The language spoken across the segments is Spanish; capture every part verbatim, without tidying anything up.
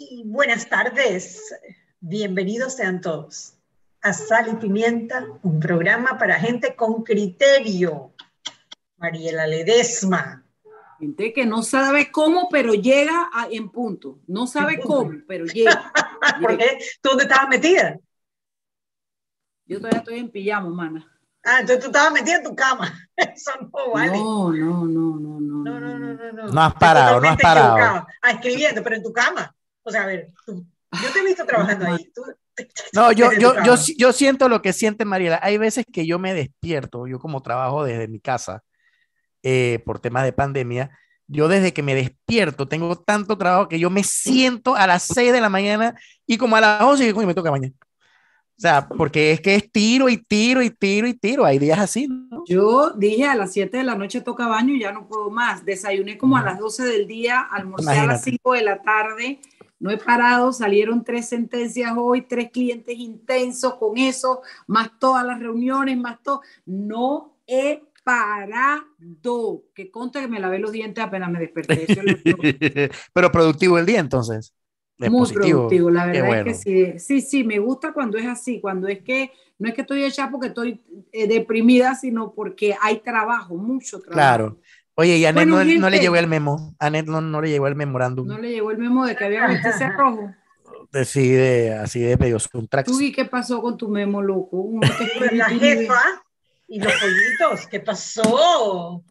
Muy buenas tardes. Bienvenidos sean todos a Sal y Pimienta, un programa para gente con criterio. Mariela Ledesma. Gente que no sabe cómo, pero llega a, en punto. No sabe punto. cómo, pero llega. ¿Por qué? ¿Tú dónde estabas metida? Yo todavía estoy en pijama, mana. Ah, entonces tú estabas metida en tu cama. Eso no vale. No, no, no, no, no. No, no, no, no. No, no has parado, no has parado. Equivocado. Ah, escribiendo, pero en tu cama. O sea, a ver, tú, yo te he visto trabajando no, ahí. Tú, no, yo, yo, yo, yo siento lo que siente Mariela. Hay veces que yo me despierto, yo como trabajo desde mi casa, eh, por temas de pandemia, yo desde que me despierto tengo tanto trabajo que yo me siento a las seis de la mañana y como a las once y me toca mañana. O sea, porque es que es tiro y tiro y tiro y tiro. Hay días así, ¿no? Yo dije a las siete de la noche toca baño y ya no puedo más. Desayuné como a las doce del día, almorcé Imagínate. a las cinco de la tarde. No he parado, salieron tres sentencias hoy, tres clientes intensos con eso, más todas las reuniones, más todo. No he parado. Que conste que me lavé los dientes apenas me desperté. Eso es Pero productivo el día, entonces. Es muy positivo. productivo, la verdad bueno. es que sí. Sí, sí, me gusta cuando es así, cuando es que no es que estoy hecha porque estoy eh, deprimida, sino porque hay trabajo, mucho trabajo. Claro. Oye, y a Anet bueno, no, no le llegó el memo. A Anet no, no le llegó el memorándum. No le llegó el memo de que había que vestirse rojo. Sí, de, así de medio un track. ¿Tú y qué pasó con tu memo, loco? No te la jefa y los pollitos, ¿qué pasó?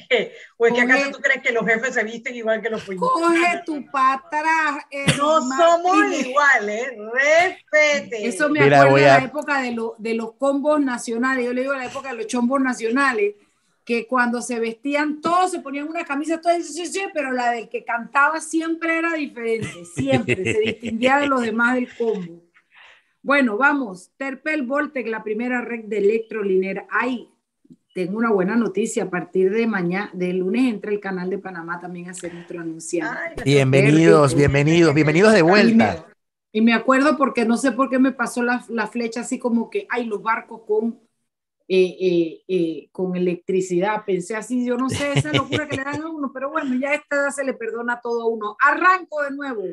¿O es que acaso tú crees que los jefes se visten igual que los pollitos? Coge tu patrás. No somos iguales, respete. Eso me Mira, acuerda de a... la época de, lo, de los combos nacionales. Yo le digo la época de los chombos nacionales, que cuando se vestían todos se ponían una camisa, todo eso, sí, sí, pero la del que cantaba siempre era diferente, siempre se distinguía de los demás del combo. Bueno, vamos. Terpel Voltec, la primera red de electrolinera. Ay, tengo una buena noticia. A partir de mañana, de lunes, entra el canal de Panamá también a ser nuestro anunciante. Ay, bienvenidos, bienvenidos, bienvenidos de vuelta. Y me, y me acuerdo porque no sé por qué me pasó la, la flecha así como que, ay, los barcos con, eh, eh, eh, con electricidad. Pensé así, yo no sé, esa locura que le dan a uno, pero bueno, ya a esta edad se le perdona todo a uno. Arranco de nuevo.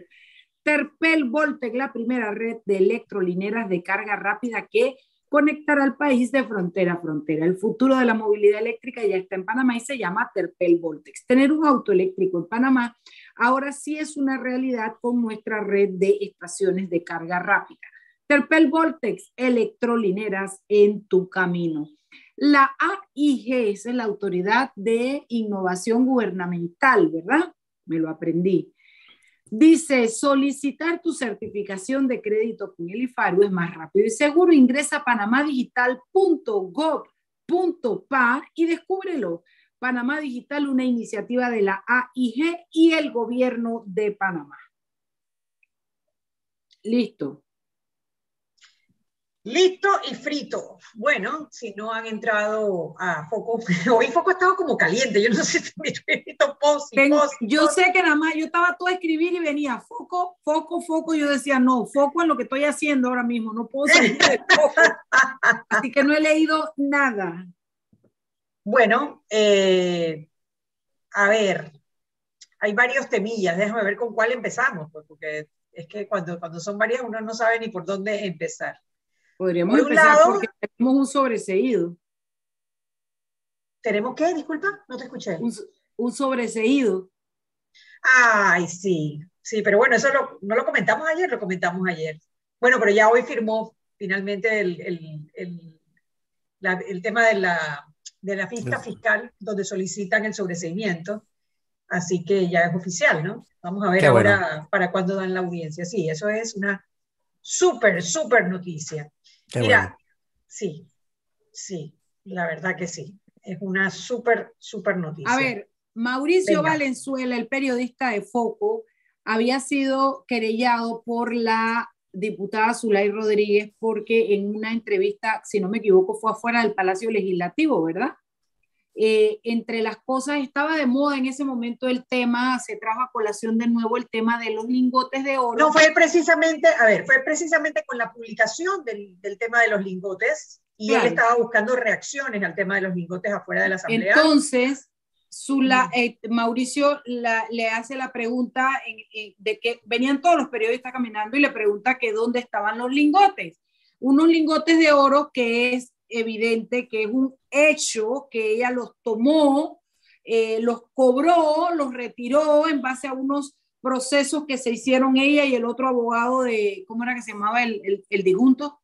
Terpel Voltec, la primera red de electrolineras de carga rápida que conectará al país de frontera a frontera. El futuro de la movilidad eléctrica ya está en Panamá y se llama Terpel Voltec. Tener un auto eléctrico en Panamá ahora sí es una realidad con nuestra red de estaciones de carga rápida. Terpel Voltec, electrolineras en tu camino. La A I G es la Autoridad de Innovación Gubernamental, ¿verdad? Me lo aprendí. Dice, solicitar tu certificación de crédito con el IFARU es más rápido y seguro. Ingresa a panamá digital punto gov punto pa y descúbrelo. Panamá Digital, una iniciativa de la A I G y el gobierno de Panamá. Listo. Listo y frito. Bueno, si no han entrado a Foco, hoy Foco ha estado como caliente, yo no sé si me he visto post y post. Yo sé que nada más, yo estaba todo a escribir y venía Foco, Foco, Foco, yo decía no, Foco en lo que estoy haciendo ahora mismo, no puedo salir de Foco. Así que no he leído nada. Bueno, eh, a ver, hay varios temillas, déjame ver con cuál empezamos, pues, porque es que cuando, cuando son varias uno no sabe ni por dónde empezar. Podríamos por empezar lado, porque tenemos un sobreseído. ¿Tenemos qué? Disculpa, no te escuché. Un, un sobreseído. Ay, sí, sí, pero bueno, eso lo, no lo comentamos ayer, lo comentamos ayer. Bueno, pero ya hoy firmó finalmente el, el, el, la, el tema de la, de la fiesta fiscal donde solicitan el sobreseimiento, así que ya es oficial, ¿no? Vamos a ver qué ahora bueno. para cuándo dan la audiencia. Sí, eso es una súper, súper noticia. Qué Mira, bueno. sí, sí, la verdad que sí. Es una súper, súper noticia. A ver, Mauricio Venga. Valenzuela, el periodista de Foco, había sido querellado por la diputada Zulay Rodríguez porque en una entrevista, si no me equivoco, fue afuera del Palacio Legislativo, ¿verdad? Eh, entre las cosas, estaba de moda en ese momento el tema, se trajo a colación de nuevo el tema de los lingotes de oro. No, fue precisamente, a ver, fue precisamente con la publicación del, del tema de los lingotes y claro. él estaba buscando reacciones al tema de los lingotes afuera de la asamblea. Entonces, Zula, eh, Mauricio la, le hace la pregunta en, en, de que venían todos los periodistas caminando y le pregunta que dónde estaban los lingotes. Unos lingotes de oro que es evidente que es un hecho, que ella los tomó, eh, los cobró, los retiró en base a unos procesos que se hicieron ella y el otro abogado de, ¿cómo era que se llamaba el, el, el disjunto?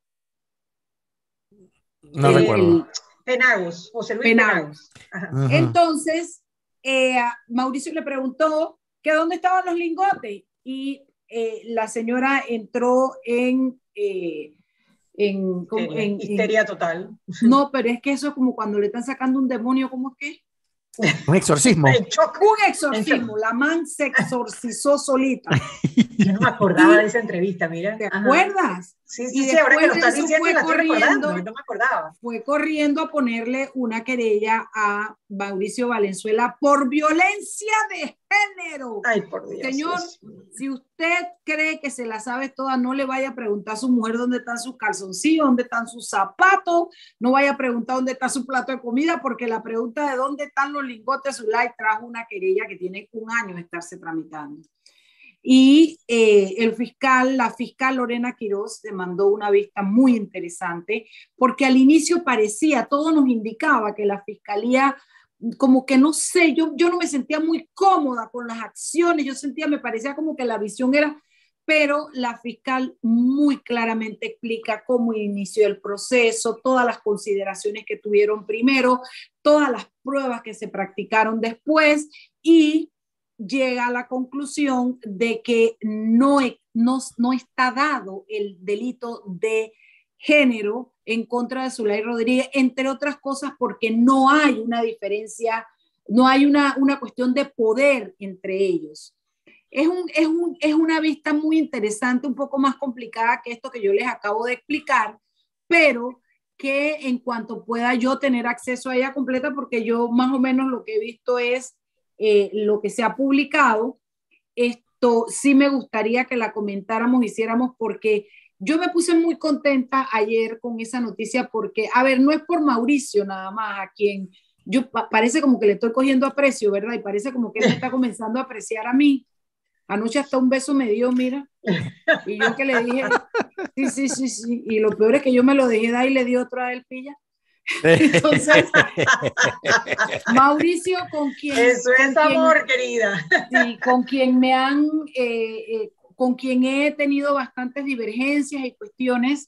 No el, recuerdo. Penagos, José Luis Penagos. Penagos. Uh-huh. Entonces, eh, Mauricio le preguntó que dónde estaban los lingotes y eh, la señora entró en... Eh, en, histeria, en, histeria en, total. No, pero es que eso es como cuando le están sacando un demonio, ¿cómo es que? Un exorcismo. Un exorcismo. La man se exorcizó solita. Yo no me acordaba y, de esa entrevista, mira. ¿Te acuerdas? Sí, sí, y sí, ahora que lo estás diciendo la estoy recordando, no me acordaba. Fue corriendo a ponerle una querella a Mauricio Valenzuela por violencia de género. Ay, por Dios. Señor, Dios. Si usted cree que se la sabe toda, no le vaya a preguntar a su mujer dónde están sus calzoncillos, dónde están sus zapatos, no vaya a preguntar dónde está su plato de comida, porque la pregunta de dónde están los lingotes Zulay trajo una querella que tiene un año de estarse tramitando. Y eh, el fiscal, la fiscal Lorena Quiroz demandó una vista muy interesante, porque al inicio parecía, todo nos indicaba que la fiscalía, como que no sé, yo, yo no me sentía muy cómoda con las acciones, yo sentía, me parecía como que la visión era, pero la fiscal muy claramente explica cómo inició el proceso, todas las consideraciones que tuvieron primero, todas las pruebas que se practicaron después y llega a la conclusión de que no, no, no está dado el delito de género en contra de Zulay Rodríguez, entre otras cosas porque no hay una diferencia, no hay una, una cuestión de poder entre ellos. Es, un, es, un, es una vista muy interesante, un poco más complicada que esto que yo les acabo de explicar, pero que en cuanto pueda yo tener acceso a ella completa, porque yo más o menos lo que he visto es Eh, lo que se ha publicado, esto sí me gustaría que la comentáramos, hiciéramos, porque yo me puse muy contenta ayer con esa noticia, porque, a ver, no es por Mauricio nada más, a quien yo pa parece como que le estoy cogiendo aprecio, ¿verdad? Y parece como que él me está comenzando a apreciar a mí. Anoche hasta un beso me dio, mira, y yo que le dije, sí, sí, sí, sí, y lo peor es que yo me lo dejé dar y le di otro a él, pilla. Entonces, Mauricio, con quien... Eso es con amor, quien, querida. Sí, con quien me han, eh, eh, con quien he tenido bastantes divergencias y cuestiones.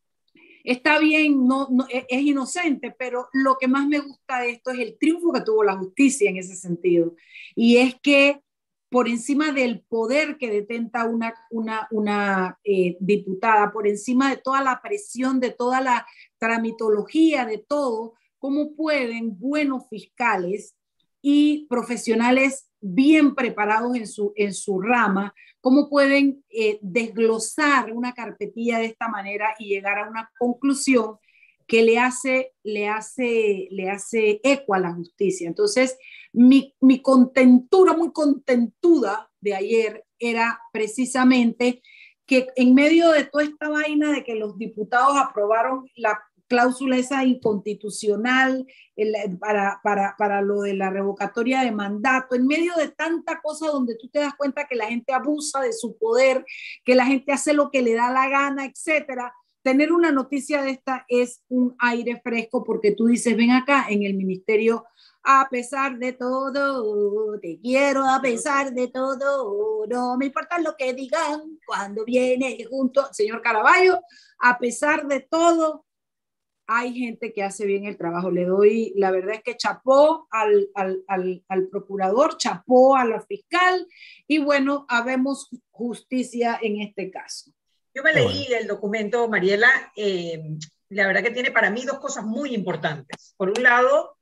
Está bien, no, no, es inocente, pero lo que más me gusta de esto es el triunfo que tuvo la justicia en ese sentido. Y es que por encima del poder que detenta una, una, una eh, diputada, por encima de toda la presión, de toda la tramitología, de todo, cómo pueden buenos fiscales y profesionales bien preparados en su, en su rama, cómo pueden eh, desglosar una carpetilla de esta manera y llegar a una conclusión que le hace, le hace, le hace eco a la justicia. Entonces, mi, mi contentura, muy contentuda de ayer era precisamente que en medio de toda esta vaina de que los diputados aprobaron la cláusula esa inconstitucional el, para, para, para lo de la revocatoria de mandato, en medio de tanta cosa donde tú te das cuenta que la gente abusa de su poder, que la gente hace lo que le da la gana, etcétera. Tener una noticia de esta es un aire fresco porque tú dices, ven acá en el ministerio, a pesar de todo, te quiero a pesar de todo, no me importa lo que digan cuando viene junto, señor Caraballo, a pesar de todo, hay gente que hace bien el trabajo. Le doy, la verdad es que chapó al, al, al, al procurador, chapó a la fiscal y bueno, habemos justicia en este caso. Yo me leí bueno. el documento, Mariela, eh, la verdad que tiene para mí dos cosas muy importantes. Por un lado,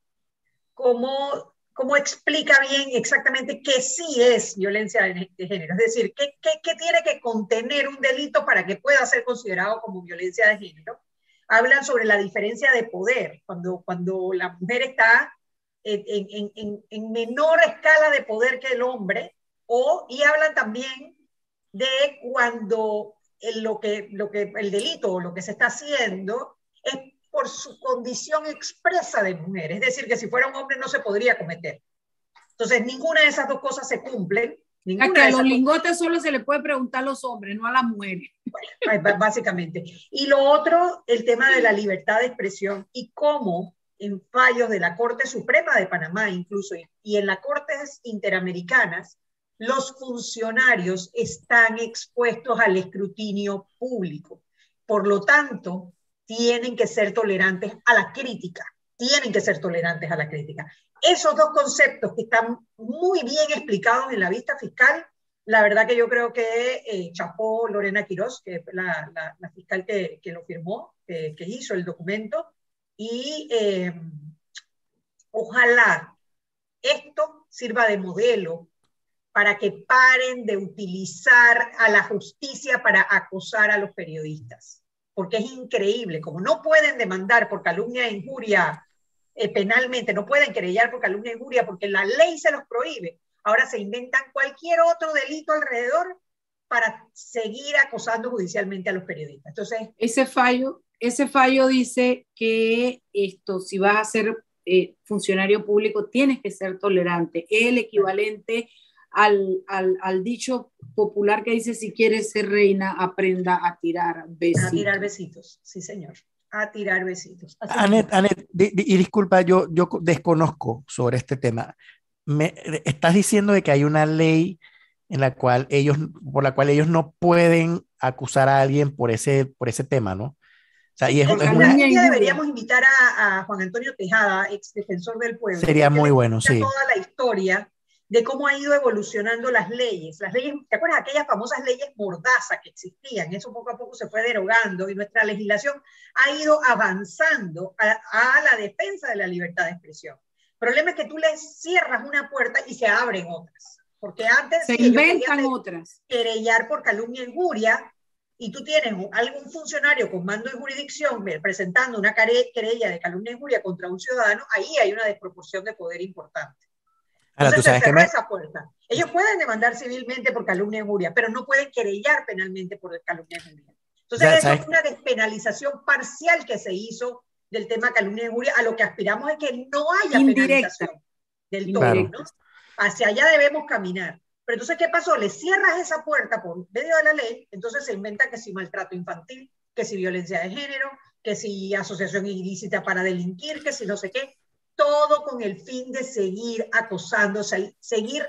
cómo, cómo explica bien exactamente qué sí es violencia de, de género, es decir, qué, qué, qué tiene que contener un delito para que pueda ser considerado como violencia de género. Hablan sobre la diferencia de poder, cuando, cuando la mujer está en, en, en, en menor escala de poder que el hombre, o, y hablan también de cuando el, lo que, lo que, el delito o lo que se está haciendo es por su condición expresa de mujer, es decir, que si fuera un hombre no se podría cometer. Entonces, ninguna de esas dos cosas se cumplen. A que a los lingotes solo se le puede preguntar a los hombres, no a las mujeres. Bueno, básicamente. Y lo otro, el tema de la libertad de expresión y cómo en fallos de la Corte Suprema de Panamá incluso y en las Cortes Interamericanas, los funcionarios están expuestos al escrutinio público. Por lo tanto, tienen que ser tolerantes a la crítica. Tienen que ser tolerantes a la crítica. Esos dos conceptos que están muy bien explicados en la vista fiscal, la verdad que yo creo que eh, chapó Lorena Quirós, que es la, la, la fiscal que, que lo firmó, que, que hizo el documento, y eh, ojalá esto sirva de modelo para que paren de utilizar a la justicia para acosar a los periodistas. Porque es increíble, como no pueden demandar por calumnia e injuria eh, penalmente, no pueden querellar por calumnia e injuria porque la ley se los prohíbe, ahora se inventan cualquier otro delito alrededor para seguir acosando judicialmente a los periodistas. Entonces, ese fallo, ese fallo dice que esto, si vas a ser eh, funcionario público, tienes que ser tolerante. Es el equivalente al, al, al dicho popular que dice, si quieres ser reina, aprenda a tirar besitos. A tirar besitos, sí señor, a tirar besitos. Anet, Anet, di, di, y disculpa, yo, yo desconozco sobre este tema. Me, estás diciendo de que hay una ley en la cual ellos, por la cual ellos no pueden acusar a alguien por ese, por ese tema, ¿no? O sea, y es, el, es una... una... día deberíamos invitar a, a Juan Antonio Tejada, ex defensor del pueblo. Sería muy bueno, sí. Toda la historia de cómo ha ido evolucionando las leyes. Las leyes, ¿te acuerdas? Aquellas famosas leyes mordaza que existían, eso poco a poco se fue derogando y nuestra legislación ha ido avanzando a, a la defensa de la libertad de expresión. El problema es que tú le cierras una puerta y se abren otras. Porque antes se inventan otras. Querellar por calumnia e injuria, y tú tienes algún funcionario con mando de jurisdicción presentando una querella de calumnia e injuria contra un ciudadano, ahí hay una desproporción de poder importante. Ahora, Entonces ¿tú sabes se cerró me... esa puerta. Ellos pueden demandar civilmente por calumnia e injuria, pero no pueden querellar penalmente por calumnia e injuria. Entonces ya, eso es una despenalización parcial que se hizo del tema calumnia e injuria, a lo que aspiramos es que no haya indirecta penalización del todo, claro. ¿No? Hacia allá debemos caminar. Pero entonces, ¿qué pasó? Le cierras esa puerta por medio de la ley, entonces se inventa que si maltrato infantil, que si violencia de género, que si asociación ilícita para delinquir, que si no sé qué, todo con el fin de seguir acosando, seguir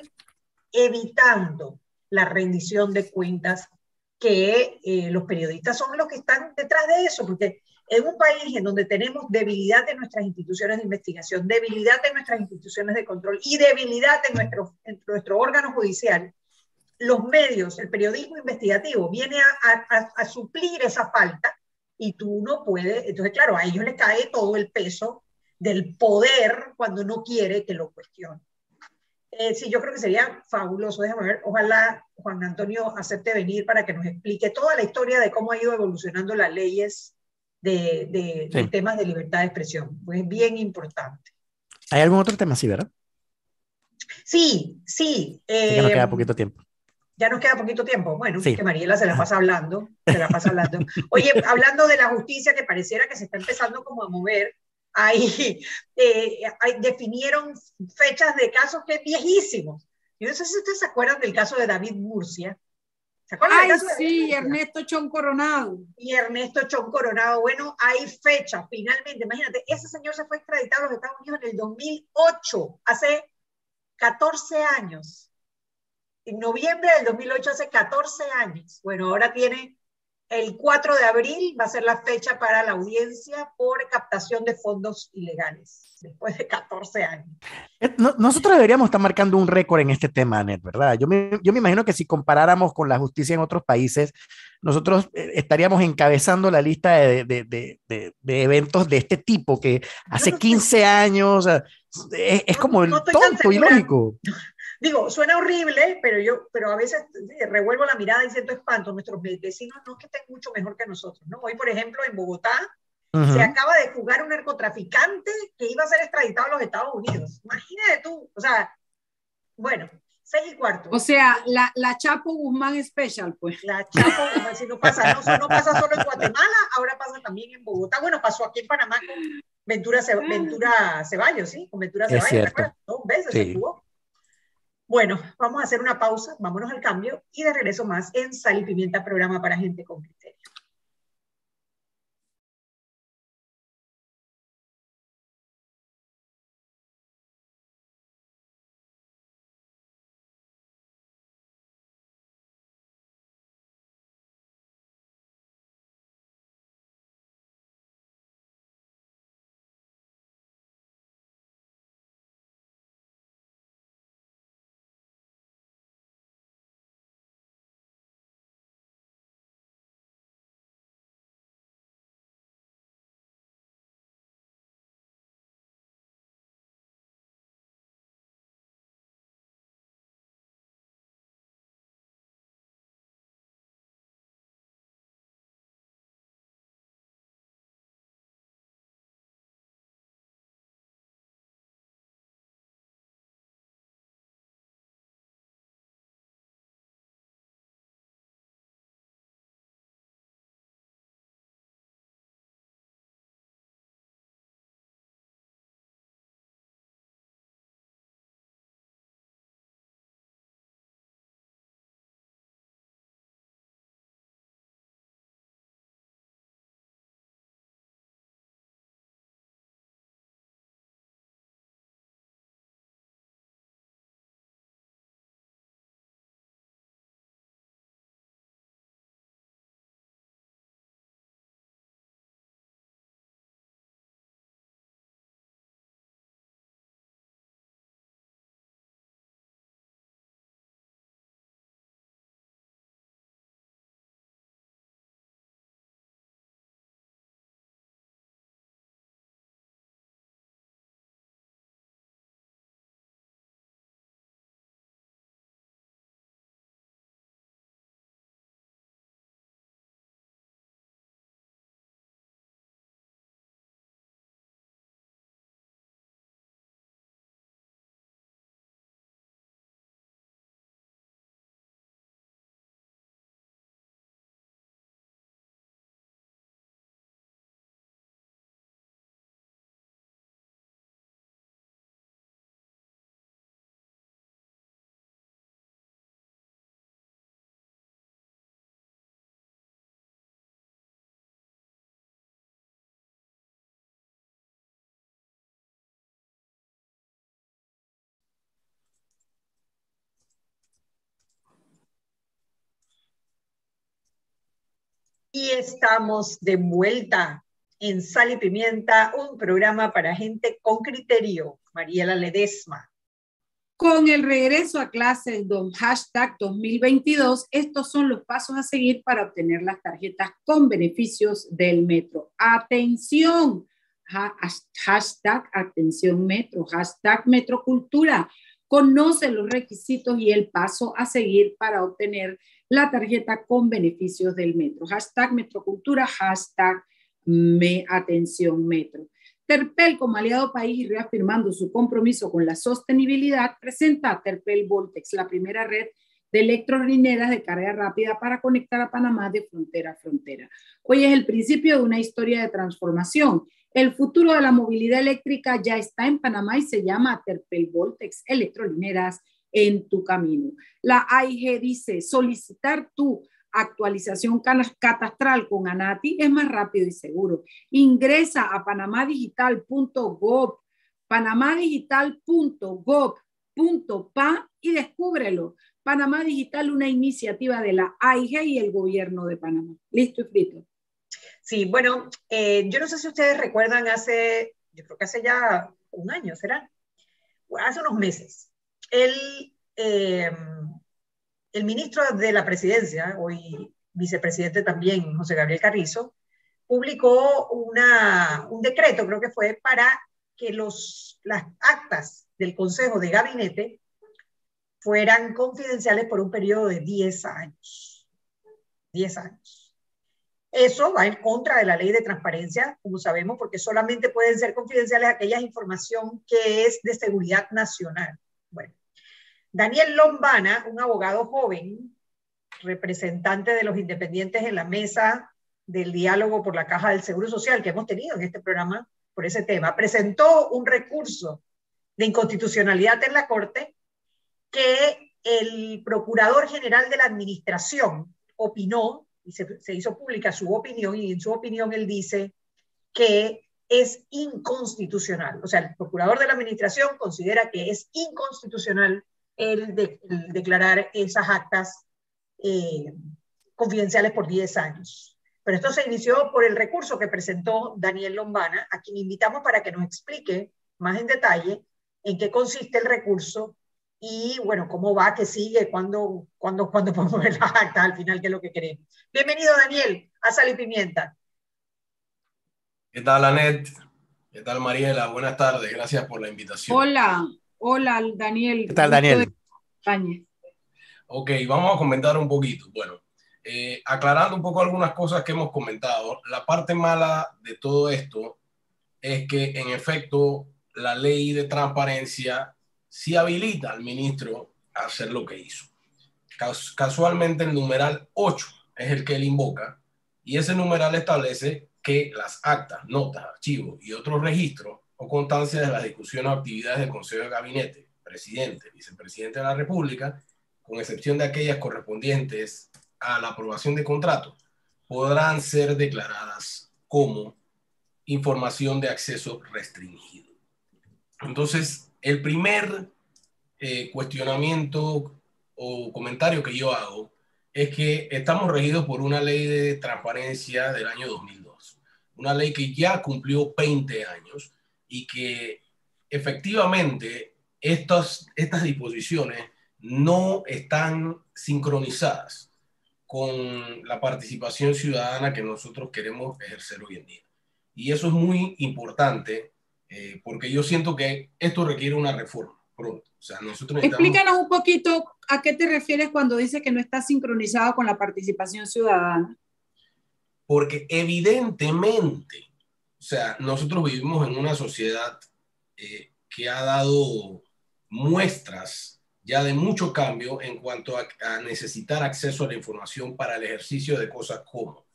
evitando la rendición de cuentas, que eh, los periodistas son los que están detrás de eso, porque en un país en donde tenemos debilidad de nuestras instituciones de investigación, debilidad de nuestras instituciones de control y debilidad en nuestro, en nuestro órgano judicial, los medios, el periodismo investigativo viene a, a, a suplir esa falta y tú no puedes, entonces claro, a ellos les cae todo el peso del poder cuando no quiere que lo cuestione. Eh, sí, yo creo que sería fabuloso, déjame ver, ojalá Juan Antonio acepte venir para que nos explique toda la historia de cómo ha ido evolucionando las leyes de, de, sí. de temas de libertad de expresión, pues es bien importante. ¿Hay algún otro tema así, verdad? Sí, sí. Eh, ya nos queda poquito tiempo. Ya nos queda poquito tiempo. Bueno, sí. que Mariela se la pasa hablando, se la pasa hablando. Oye, hablando de la justicia que pareciera que se está empezando como a mover, ahí eh, definieron fechas de casos que viejísimos. Yo no sé si ustedes se acuerdan del caso de David Murcia. ¿Se acuerdan Ay, del caso sí, de Ernesto Chon Coronado. Y Ernesto Chon Coronado. Bueno, hay fecha, finalmente. Imagínate, ese señor se fue extraditado a los Estados Unidos en el dos mil ocho, hace catorce años. En noviembre del dos mil ocho, hace catorce años. Bueno, ahora tiene el cuatro de abril, va a ser la fecha para la audiencia por captación de fondos ilegales, después de catorce años. Nosotros deberíamos estar marcando un récord en este tema, Anet, ¿verdad? Yo me, yo me imagino que si comparáramos con la justicia en otros países, nosotros estaríamos encabezando la lista de, de, de, de, de eventos de este tipo, que hace no quince años, es, es como el no tonto y lógico. Digo, suena horrible, pero yo, pero a veces revuelvo la mirada y siento espanto. Nuestros vecinos no es que estén mucho mejor que nosotros, ¿no? Hoy, por ejemplo, en Bogotá, uh-huh. se acaba de fugar un narcotraficante que iba a ser extraditado a los Estados Unidos. Imagínate tú, o sea, bueno, seis y cuarto. O sea, la, la Chapo Guzmán Special, pues. La Chapo Guzmán, si no pasa, no, no pasa solo en Guatemala, ahora pasa también en Bogotá. Bueno, pasó aquí en Panamá con Ventura, Ce- Ventura Ceballos, ¿sí? Con Ventura Ceballos, ¿te acuerdas? Dos veces sí. se fugó. Bueno, vamos a hacer una pausa, vámonos al cambio y de regreso más en Sal y Pimienta, programa para gente con criterio. Y estamos de vuelta en Sal y Pimienta, un programa para gente con criterio. Mariela Ledesma. Con el regreso a clases don hashtag dos mil veintidós, estos son los pasos a seguir para obtener las tarjetas con beneficios del metro. ¡Atención! Ha, hashtag atención metro, hashtag metrocultura. Conoce los requisitos y el paso a seguir para obtener la tarjeta con beneficios del metro. Hashtag metrocultura, hashtag me atención metro. Terpel, como aliado país y reafirmando su compromiso con la sostenibilidad, presenta a Terpel Voltex, la primera red de electrolineras de carga rápida para conectar a Panamá de frontera a frontera. Hoy es el principio de una historia de transformación. El futuro de la movilidad eléctrica ya está en Panamá y se llama Terpel Voltex, electrolineras en tu camino. La A I G dice, solicitar tu actualización catastral con ANATI es más rápido y seguro. Ingresa a panamadigital punto gov, panamadigital punto gov punto pa y descúbrelo. Panamá Digital, una iniciativa de la A I G y el gobierno de Panamá. ¿Listo y frito? Sí, bueno, eh, yo no sé si ustedes recuerdan hace, yo creo que hace ya un año, ¿será? Hace unos meses, el, eh, el ministro de la presidencia, hoy vicepresidente también, José Gabriel Carrizo, publicó una, un decreto, creo que fue, para que los, las actas del Consejo de Gabinete fueran confidenciales por un periodo de diez años. diez años. Eso va en contra de la ley de transparencia, como sabemos, porque solamente pueden ser confidenciales aquella información que es de seguridad nacional. Bueno, Daniel Lombana, un abogado joven, representante de los independientes en la mesa del diálogo por la Caja del Seguro Social que hemos tenido en este programa por ese tema, presentó un recurso de inconstitucionalidad en la Corte que el Procurador General de la Administración opinó, y se, se hizo pública su opinión, y en su opinión él dice que es inconstitucional. O sea, el Procurador de la Administración considera que es inconstitucional el, de, el declarar esas actas eh, confidenciales por diez años. Pero esto se inició por el recurso que presentó Daniel Lombana, a quien invitamos para que nos explique más en detalle en qué consiste el recurso y, bueno, cómo va, qué sigue, cuándo, cuándo, cuándo podemos ver las actas al final, que es lo que queremos. Bienvenido, Daniel, a Sal y Pimienta. ¿Qué tal, Anet? ¿Qué tal, Mariela? Buenas tardes, gracias por la invitación. Hola, hola, Daniel. ¿Qué tal, Daniel? Ok, vamos a comentar un poquito. Bueno, eh, aclarando un poco algunas cosas que hemos comentado, la parte mala de todo esto es que, en efecto, la ley de transparencia sí habilita al ministro a hacer lo que hizo. Cas- casualmente, el numeral ocho es el que él invoca, y ese numeral establece que las actas, notas, archivos y otros registros o constancias de las discusiones o actividades del Consejo de Gabinete, presidente, vicepresidente de la República, con excepción de aquellas correspondientes a la aprobación de contratos, podrán ser declaradas como información de acceso restringido. Entonces, el primer eh, cuestionamiento o comentario que yo hago es que estamos regidos por una ley de transparencia del año dos mil dos, una ley que ya cumplió veinte años y que efectivamente estas, estas disposiciones no están sincronizadas con la participación ciudadana que nosotros queremos ejercer hoy en día. Y eso es muy importante eh, porque yo siento que esto requiere una reforma pronto. O sea, nosotros necesitamos... Explícanos un poquito a qué te refieres cuando dices que no está sincronizado con la participación ciudadana. Porque evidentemente, o sea, nosotros vivimos en una sociedad eh, que ha dado muestras ya de mucho cambio en cuanto a, a necesitar acceso a la información para el ejercicio de cosas como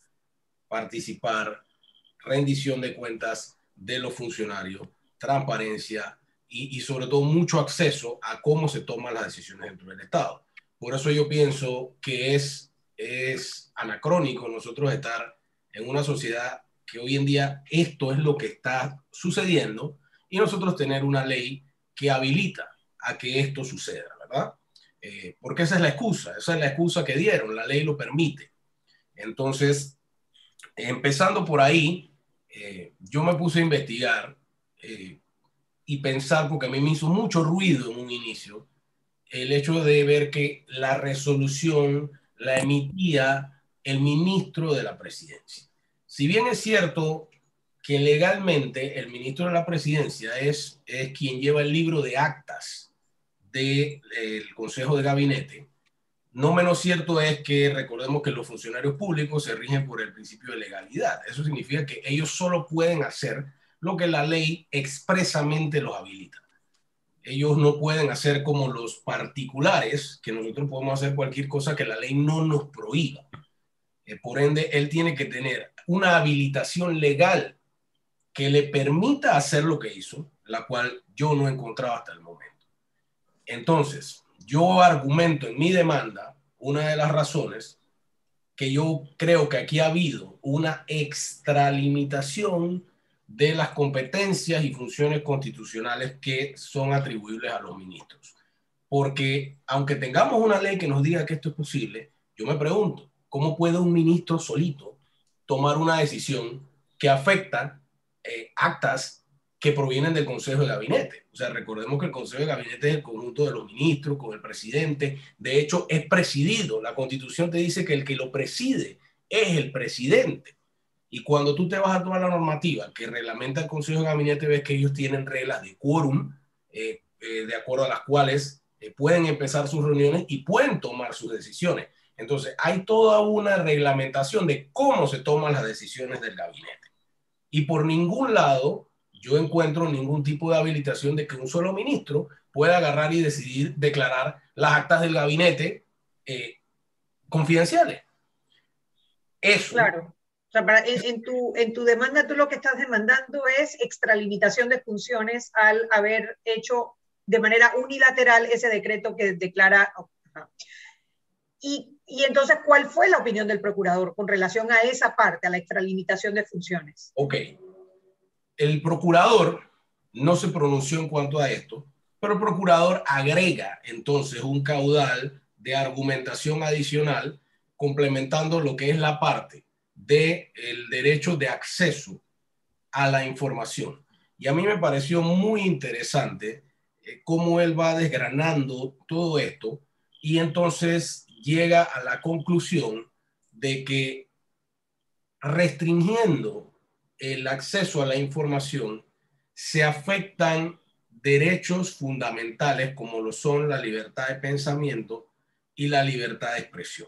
participar, rendición de cuentas de los funcionarios, transparencia y, y sobre todo mucho acceso a cómo se toman las decisiones dentro del Estado. Por eso yo pienso que es, es anacrónico nosotros estar en una sociedad que hoy en día esto es lo que está sucediendo y nosotros tener una ley que habilita a que esto suceda, ¿verdad? Eh, porque esa es la excusa, esa es la excusa que dieron, la ley lo permite. Entonces, empezando por ahí, eh, yo me puse a investigar eh, y pensar, porque a mí me hizo mucho ruido en un inicio, el hecho de ver que la resolución la emitía el ministro de la presidencia. Si bien es cierto que legalmente el ministro de la presidencia es, es quien lleva el libro de actas del de, Consejo de Gabinete, no menos cierto es que recordemos que los funcionarios públicos se rigen por el principio de legalidad. Eso significa que ellos solo pueden hacer lo que la ley expresamente los habilita. Ellos no pueden hacer como los particulares, que nosotros podemos hacer cualquier cosa que la ley no nos prohíba. Eh, por ende, él tiene que tener una habilitación legal que le permita hacer lo que hizo, la cual yo no he encontrado hasta el momento. Entonces, yo argumento en mi demanda una de las razones que yo creo que aquí ha habido una extralimitación de las competencias y funciones constitucionales que son atribuibles a los ministros. Porque aunque tengamos una ley que nos diga que esto es posible, yo me pregunto, ¿cómo puede un ministro solito tomar una decisión que afecta eh, actas que provienen del Consejo de Gabinete? O sea, recordemos que el Consejo de Gabinete es el conjunto de los ministros con el presidente. De hecho, es presidido. La Constitución te dice que el que lo preside es el presidente. Y cuando tú te vas a tomar la normativa que reglamenta el Consejo de Gabinete, ves que ellos tienen reglas de quórum, eh, eh, de acuerdo a las cuales eh, pueden empezar sus reuniones y pueden tomar sus decisiones. Entonces, hay toda una reglamentación de cómo se toman las decisiones del gabinete. Y por ningún lado yo encuentro ningún tipo de habilitación de que un solo ministro pueda agarrar y decidir declarar las actas del gabinete eh, confidenciales. Eso. Claro. O sea, para, en, en, tu, en tu demanda tú lo que estás demandando es extralimitación de funciones al haber hecho de manera unilateral ese decreto que declara... Y, y entonces, ¿cuál fue la opinión del procurador con relación a esa parte, a la extralimitación de funciones? Ok. El procurador no se pronunció en cuanto a esto, pero el procurador agrega entonces un caudal de argumentación adicional complementando lo que es la parte del derecho de acceso a la información. Y a mí me pareció muy interesante eh, cómo él va desgranando todo esto y entonces llega a la conclusión de que restringiendo el acceso a la información se afectan derechos fundamentales como lo son la libertad de pensamiento y la libertad de expresión.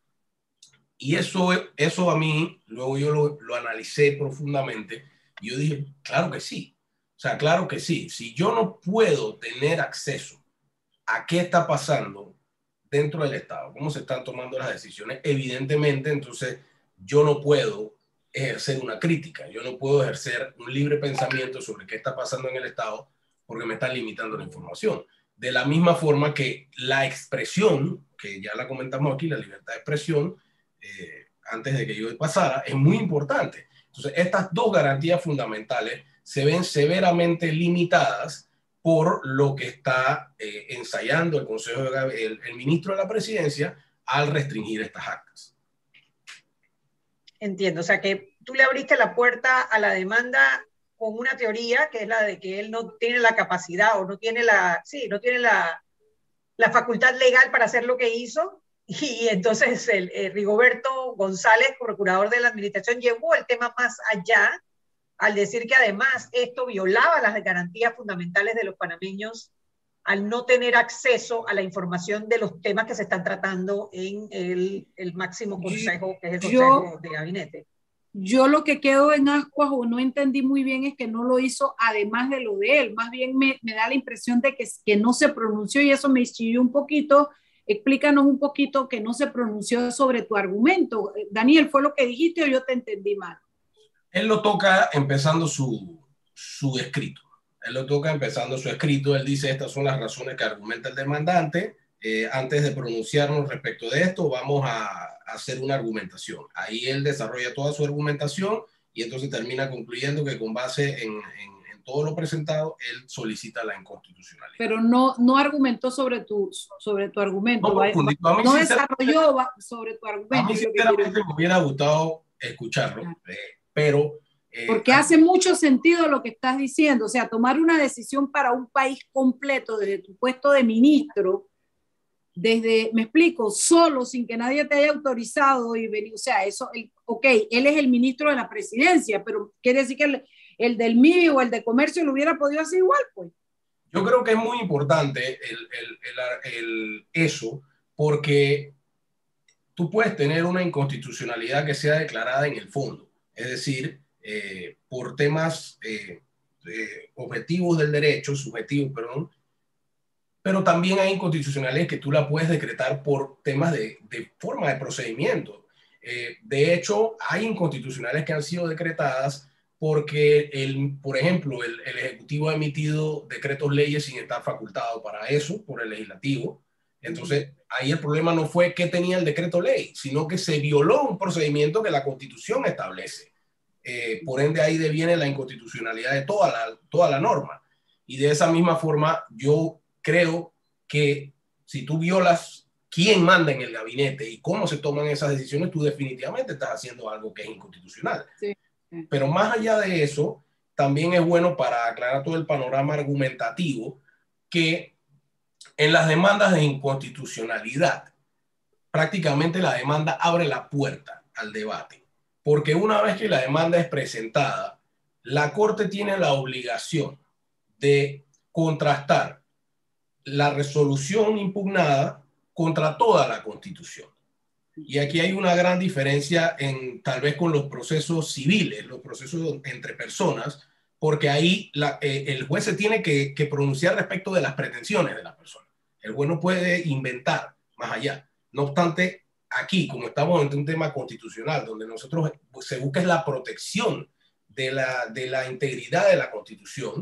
Y eso, eso a mí, luego yo lo, lo analicé profundamente y yo dije, claro que sí. O sea, claro que sí. Si yo no puedo tener acceso a qué está pasando dentro del Estado, cómo se están tomando las decisiones, evidentemente, entonces yo no puedo ejercer una crítica, yo no puedo ejercer un libre pensamiento sobre qué está pasando en el Estado porque me están limitando la información. De la misma forma que la expresión, que ya la comentamos aquí, la libertad de expresión, eh, antes de que yo pasara, es muy importante. Entonces, estas dos garantías fundamentales se ven severamente limitadas por lo que está eh, ensayando el Consejo de, el, el ministro de la Presidencia al restringir estas actas. Entiendo, o sea que tú le abriste la puerta a la demanda con una teoría que es la de que él no tiene la capacidad o no tiene la, sí, no tiene la, la facultad legal para hacer lo que hizo, y entonces el, el Rigoberto González, procurador de la administración, llevó el tema más allá al decir que además esto violaba las garantías fundamentales de los panameños al no tener acceso a la información de los temas que se están tratando en el, el máximo consejo, que es el Consejo yo, de Gabinete. Yo lo que quedo en ascuas o no entendí muy bien es que no lo hizo además de lo de él, más bien me, me da la impresión de que, que no se pronunció y eso me chilló un poquito. Explícanos un poquito que no se pronunció sobre tu argumento. Daniel, ¿fue lo que dijiste o yo te entendí mal? Él lo toca empezando su, su escrito. Él lo toca empezando su escrito. Él dice, estas son las razones que argumenta el demandante. Eh, antes de pronunciarnos respecto de esto, vamos a, a hacer una argumentación. Ahí él desarrolla toda su argumentación y entonces termina concluyendo que con base en, en todo lo presentado, él solicita la inconstitucionalidad. Pero no, no argumentó sobre tu, sobre tu argumento. No, va, no desarrolló sobre tu argumento. A mí sinceramente me hubiera gustado escucharlo, eh, pero... Eh, Porque hay... hace mucho sentido lo que estás diciendo. O sea, tomar una decisión para un país completo desde tu puesto de ministro, desde, me explico, solo, sin que nadie te haya autorizado y venir, o sea, eso, el, ok, él es el ministro de la presidencia, pero quiere decir que el, el del M I B o el de comercio lo hubiera podido hacer igual, pues. Yo creo que es muy importante el, el, el, el, eso, porque tú puedes tener una inconstitucionalidad que sea declarada en el fondo, es decir, eh, por temas eh, eh, objetivos del derecho, subjetivos, perdón, pero también hay inconstitucionalidades que tú la puedes decretar por temas de, de forma de procedimiento. Eh, de hecho, hay inconstitucionalidades que han sido decretadas porque, el, por ejemplo, el, el Ejecutivo ha emitido decretos leyes sin estar facultado para eso por el Legislativo. Entonces, ahí el problema no fue que tenía el decreto ley, sino que se violó un procedimiento que la Constitución establece. Eh, por ende, ahí deviene la inconstitucionalidad de toda la, toda la norma. Y de esa misma forma, yo creo que si tú violas quién manda en el gabinete y cómo se toman esas decisiones, tú definitivamente estás haciendo algo que es inconstitucional. Sí. Pero más allá de eso, también es bueno para aclarar todo el panorama argumentativo que en las demandas de inconstitucionalidad, prácticamente la demanda abre la puerta al debate, porque una vez que la demanda es presentada, la Corte tiene la obligación de contrastar la resolución impugnada contra toda la Constitución. Y aquí hay una gran diferencia en, tal vez con los procesos civiles, los procesos entre personas, porque ahí la, eh, el juez se tiene que, que pronunciar respecto de las pretensiones de la persona. El juez no puede inventar más allá. No obstante, aquí, como estamos en un tema constitucional, donde nosotros se busca es la protección de la, de la integridad de la Constitución,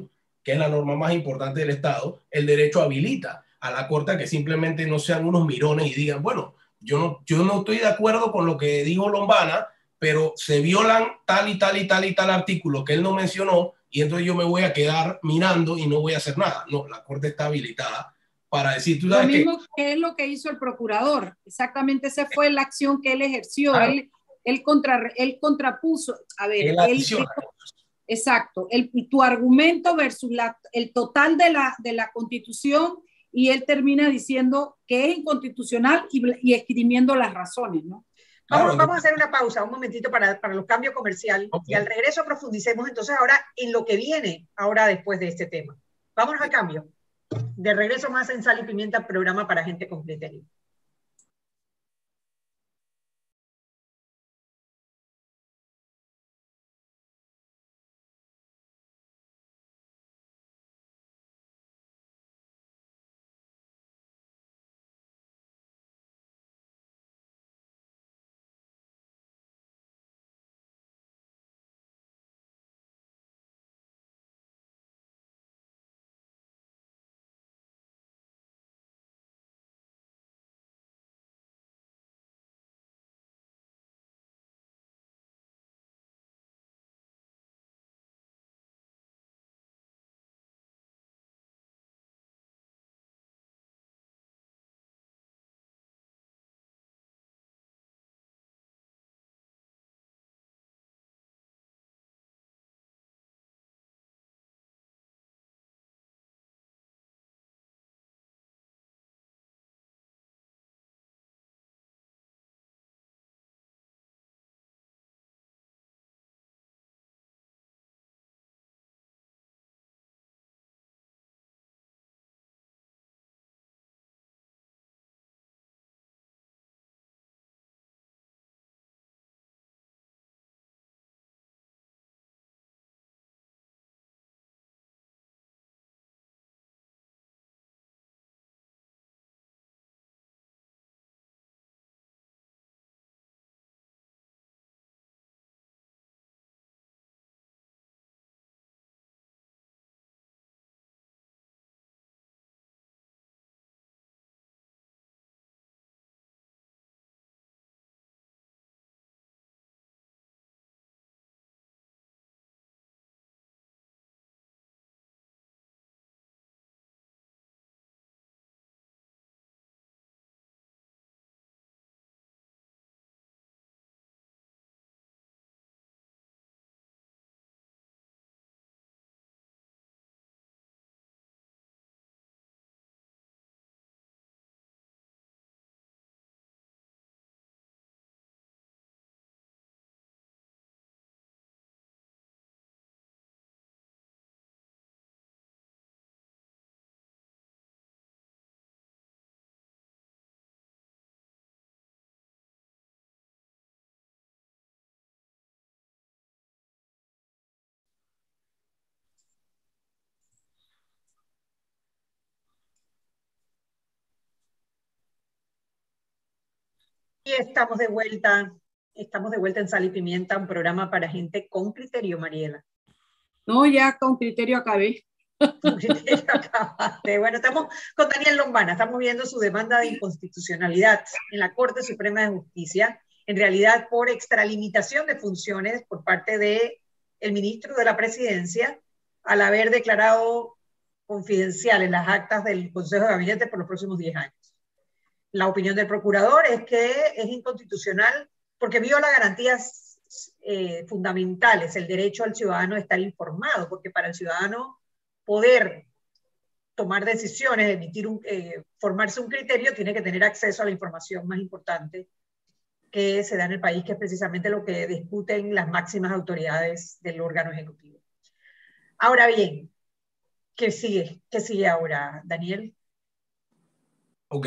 que es la norma más importante del Estado, el derecho habilita a la Corte a que simplemente no sean unos mirones y digan, bueno, yo no, yo no estoy de acuerdo con lo que dijo Lombana, pero se violan tal y tal y tal y tal artículo que él no mencionó, y entonces yo me voy a quedar mirando y no voy a hacer nada. No, la Corte está habilitada para decir, tú sabes lo mismo qué? que es lo que hizo el procurador, exactamente esa fue la acción que él ejerció, Claro. él, él, contra, él contrapuso, a ver, Él, él, él, exacto, el, tu argumento versus la, el total de la, de la Constitución, y él termina diciendo que es inconstitucional y, y esgrimiendo las razones, ¿no? Vamos, claro, vamos a hacer una pausa, un momentito para, para los cambios comerciales, okay. Y al regreso profundicemos entonces ahora en lo que viene ahora después de este tema. Vámonos al cambio. De regreso más en Sal y Pimienta, programa para gente con criterio. Y estamos de vuelta, estamos de vuelta en Sal y Pimienta, un programa para gente con criterio, Mariela. No, ya con criterio acabé. Con criterio acabaste. Bueno, estamos con Daniel Lombana, estamos viendo su demanda de inconstitucionalidad en la Corte Suprema de Justicia, en realidad por extralimitación de funciones por parte del ministro de la Presidencia, al haber declarado confidenciales las actas del Consejo de Gabinete por los próximos diez años. La opinión del procurador es que es inconstitucional porque viola garantías eh, fundamentales, el derecho al ciudadano a estar informado, porque para el ciudadano poder tomar decisiones, emitir un, eh, formarse un criterio, tiene que tener acceso a la información más importante que se da en el país, que es precisamente lo que discuten las máximas autoridades del órgano ejecutivo. Ahora bien, ¿qué sigue? ¿Qué sigue ahora, Daniel? Ok.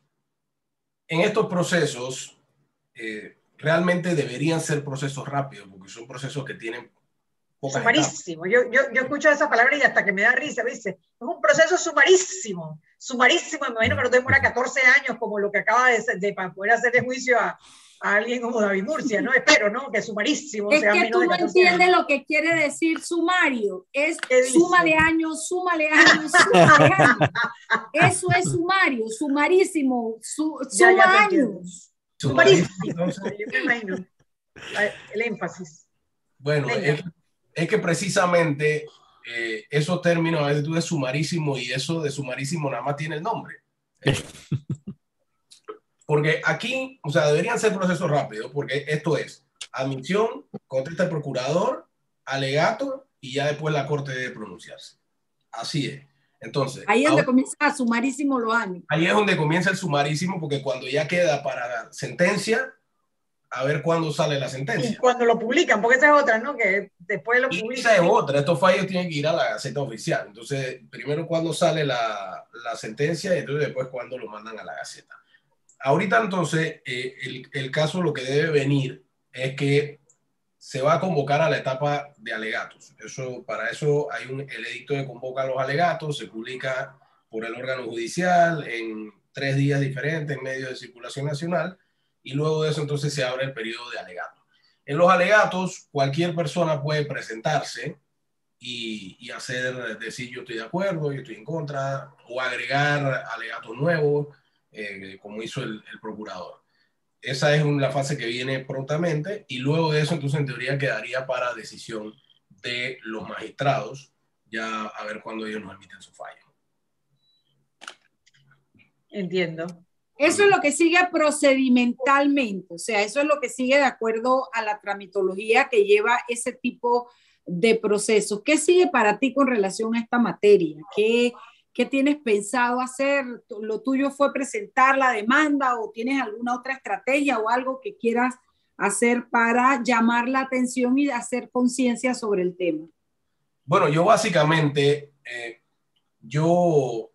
En estos procesos, eh, realmente deberían ser procesos rápidos, porque son procesos que tienen pocas sumarísimo. Yo, yo, yo escucho esa palabra y hasta que me da risa, ¿viste? Es un proceso sumarísimo, sumarísimo, me imagino que no demora catorce años como lo que acaba de, de para poder hacer el juicio a, a alguien como David Murcia, ¿no? Espero, ¿no? Que sumarísimo es sea que menos tú de no catorce entiendes años. lo que quiere decir sumario. Es ¿Qué dice? súmale años, súmale años, súmale años. Eso es sumario, sumarísimo, su, Ya, ya te suma entiendo. años. Sumarísimo, Entonces, yo me imagino. La- el énfasis. bueno, Venga. es, es que precisamente eh, esos términos, a veces tú de sumarísimo y eso de sumarísimo nada más tiene el nombre. Eh, porque aquí, o sea, deberían ser procesos rápidos, porque esto es admisión, contesta el procurador, alegato y ya después la corte debe pronunciarse. Así es. Entonces, Ahí es donde ahora, comienza a sumarísimo los años. ahí es donde comienza el sumarísimo, porque cuando ya queda para sentencia, a ver cuándo sale la Y sentencia. cuando lo publican, porque esa es otra, ¿no? Que después lo Y publican. esa es otra, estos fallos tienen que ir a la Gaceta Oficial. Entonces, primero cuando sale la, la sentencia y entonces después cuando lo mandan a la Gaceta. Ahorita entonces, eh, el, el caso lo que debe venir es que se va a convocar a la etapa de alegatos. Eso, para eso hay un, el edicto de convoca a los alegatos, se publica por el órgano judicial en tres días diferentes en medio de circulación nacional y luego de eso entonces se abre el periodo de alegatos. En los alegatos, cualquier persona puede presentarse y, y hacer, decir yo estoy de acuerdo, yo estoy en contra, o agregar alegatos nuevos, eh, como hizo el, el procurador. Esa es una fase que viene prontamente y luego de eso entonces en teoría quedaría para decisión de los magistrados, ya a ver cuándo ellos nos emiten su fallo. Entiendo. Eso es lo que sigue procedimentalmente, o sea, eso es lo que sigue de acuerdo a la tramitología que lleva ese tipo de procesos. ¿Qué sigue para ti con relación a esta materia? ¿Qué, qué tienes pensado hacer? ¿Lo tuyo fue presentar la demanda o tienes alguna otra estrategia o algo que quieras hacer para llamar la atención y hacer conciencia sobre el tema? Bueno, yo básicamente, eh, yo,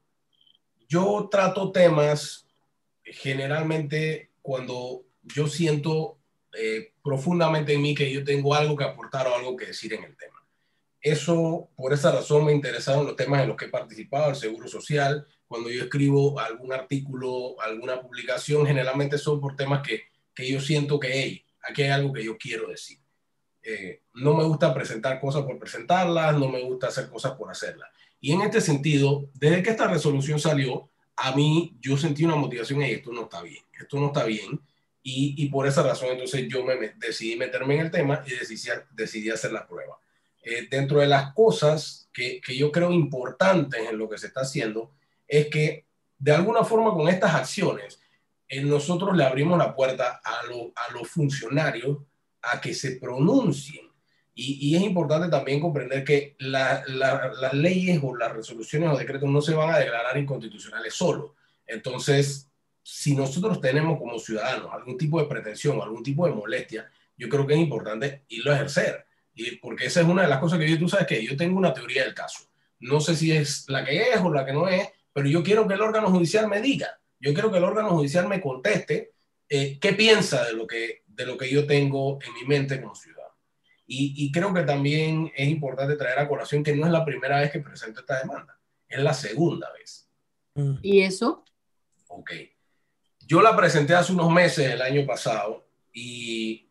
yo trato temas generalmente cuando yo siento eh, profundamente en mí que yo tengo algo que aportar o algo que decir en el tema. Eso, por esa razón me interesaron los temas en los que he participado, el seguro social. Cuando yo escribo algún artículo, alguna publicación, generalmente son por temas que, que yo siento que, hey, aquí hay algo que yo quiero decir. Eh, no me gusta presentar cosas por presentarlas, no me gusta hacer cosas por hacerlas. Y en este sentido, desde que esta resolución salió, a mí yo sentí una motivación y esto no está bien, esto no está bien. Y, y por esa razón entonces yo me, me decidí meterme en el tema y decidí, decidí hacer la prueba. Eh, dentro de las cosas que, que yo creo importantes en lo que se está haciendo es que de alguna forma con estas acciones eh, nosotros le abrimos la puerta a, lo, a los funcionarios a que se pronuncien. Y, y es importante también comprender que la, la, las leyes o las resoluciones o decretos no se van a declarar inconstitucionales solo. Entonces, si nosotros tenemos como ciudadanos algún tipo de pretensión, algún tipo de molestia, yo creo que es importante irlo a ejercer. Y porque esa es una de las cosas que yo, tú sabes que yo tengo una teoría del caso. No sé si es la que es o la que no es, pero yo quiero que el órgano judicial me diga, yo quiero que el órgano judicial me conteste eh, qué piensa de lo, que, de lo que yo tengo en mi mente como ciudadano. Y, y creo que también es importante traer a colación que no es la primera vez que presento esta demanda, es la segunda vez. ¿Y eso? Ok. Yo la presenté hace unos meses, el año pasado, y,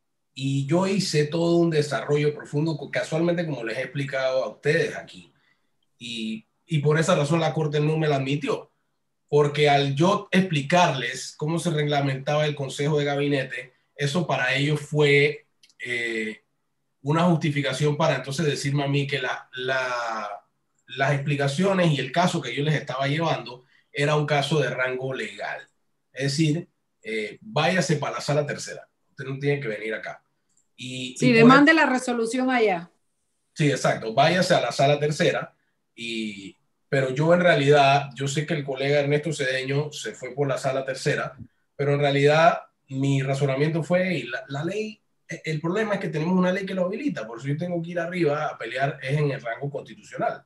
y yo hice todo un desarrollo profundo, casualmente como les he explicado a ustedes aquí. Y, y por esa razón la Corte no me la admitió, porque al yo explicarles cómo se reglamentaba el Consejo de Gabinete, eso para ellos fue eh, una justificación para entonces decirme a mí que la, la, las explicaciones y el caso que yo les estaba llevando era un caso de rango legal. Es decir, eh, váyase para la sala tercera. Usted no tiene que venir acá. Y, Sí, y demande el... la resolución allá. Sí, exacto. Váyase a la sala tercera. Y, pero yo en realidad, yo sé que el colega Ernesto Cedeño se fue por la sala tercera, pero en realidad mi razonamiento fue, la, la ley, el problema es que tenemos una ley que lo habilita, por eso yo tengo que ir arriba a pelear es en el rango constitucional.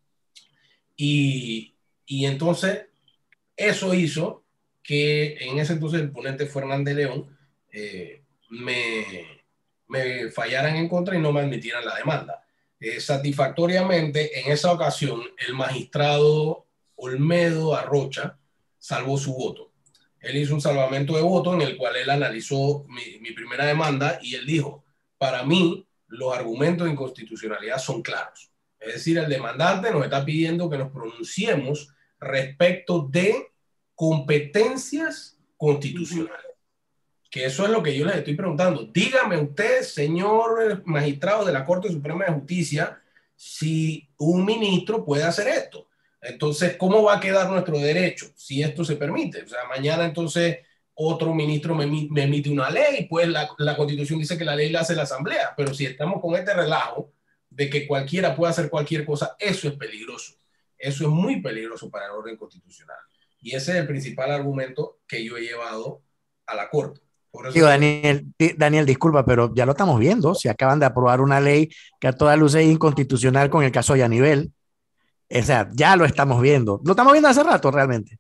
Y, y entonces eso hizo que en ese entonces el ponente Fernández León eh, me, me fallaran en contra y no me admitieran la demanda. Eh, satisfactoriamente, en esa ocasión, el magistrado Olmedo Arrocha salvó su voto. Él hizo un salvamento de voto en el cual él analizó mi, mi primera demanda y él dijo, para mí los argumentos de inconstitucionalidad son claros. Es decir, el demandante nos está pidiendo que nos pronunciemos respecto de competencias constitucionales. Que eso es lo que yo les estoy preguntando. Dígame usted, señor magistrado de la Corte Suprema de Justicia, si un ministro puede hacer esto. Entonces, ¿cómo va a quedar nuestro derecho si esto se permite? O sea, mañana entonces otro ministro me, me emite una ley, pues la, la Constitución dice que la ley la hace la Asamblea, pero si estamos con este relajo de que cualquiera puede hacer cualquier cosa, eso es peligroso. Eso es muy peligroso para el orden constitucional. Y ese es el principal argumento que yo he llevado a la Corte. Por eso Digo, Daniel, Daniel, disculpa, pero ya lo estamos viendo. Si acaban de aprobar una ley que a todas luces es inconstitucional con el caso de Yanivel. O sea, ya lo estamos viendo. Lo estamos viendo hace rato, realmente.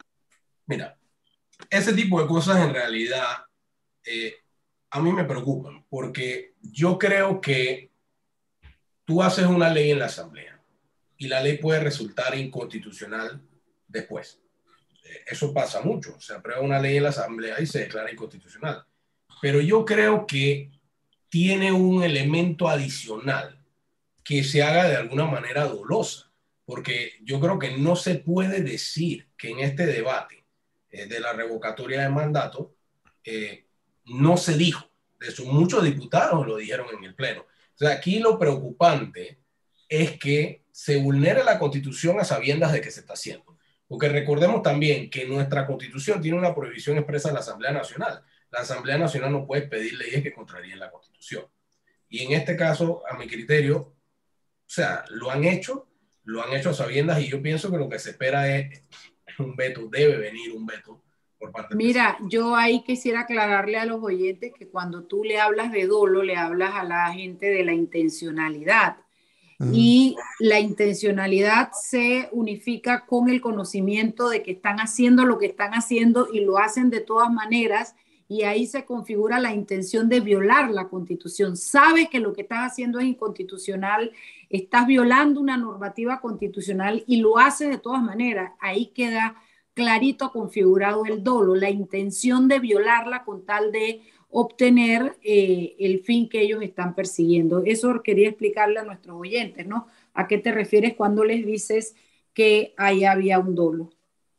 Mira, ese tipo de cosas en realidad eh, a mí me preocupan, porque yo creo que tú haces una ley en la Asamblea y la ley puede resultar inconstitucional después. Eso pasa mucho. Se aprueba una ley en la Asamblea y se declara inconstitucional. Pero yo creo que tiene un elemento adicional que se haga de alguna manera dolosa, porque yo creo que no se puede decir que en este debate eh, de la revocatoria de mandato eh, no se dijo. De eso muchos diputados lo dijeron en el Pleno. O sea, aquí lo preocupante es que se vulnera la Constitución a sabiendas de que se está haciendo. Porque recordemos también que nuestra Constitución tiene una prohibición expresa de la Asamblea Nacional. La Asamblea Nacional no puede pedir leyes que contraríen la Constitución. Y en este caso, a mi criterio, o sea, lo han hecho, lo han hecho a sabiendas y yo pienso que lo que se espera es un veto, debe venir un veto por parte del Mira, presidente. yo ahí quisiera aclararle a los oyentes que cuando tú le hablas de dolo, le hablas a la gente de la intencionalidad. Y la intencionalidad se unifica con el conocimiento de que están haciendo lo que están haciendo y lo hacen de todas maneras, y ahí se configura la intención de violar la Constitución. Sabes que lo que estás haciendo es inconstitucional, estás violando una normativa constitucional y lo haces de todas maneras. Ahí queda clarito configurado el dolo, la intención de violarla con tal de obtener eh, el fin que ellos están persiguiendo. Eso quería explicarle a nuestros oyentes, ¿no? ¿A qué te refieres cuando les dices que ahí había un dolo?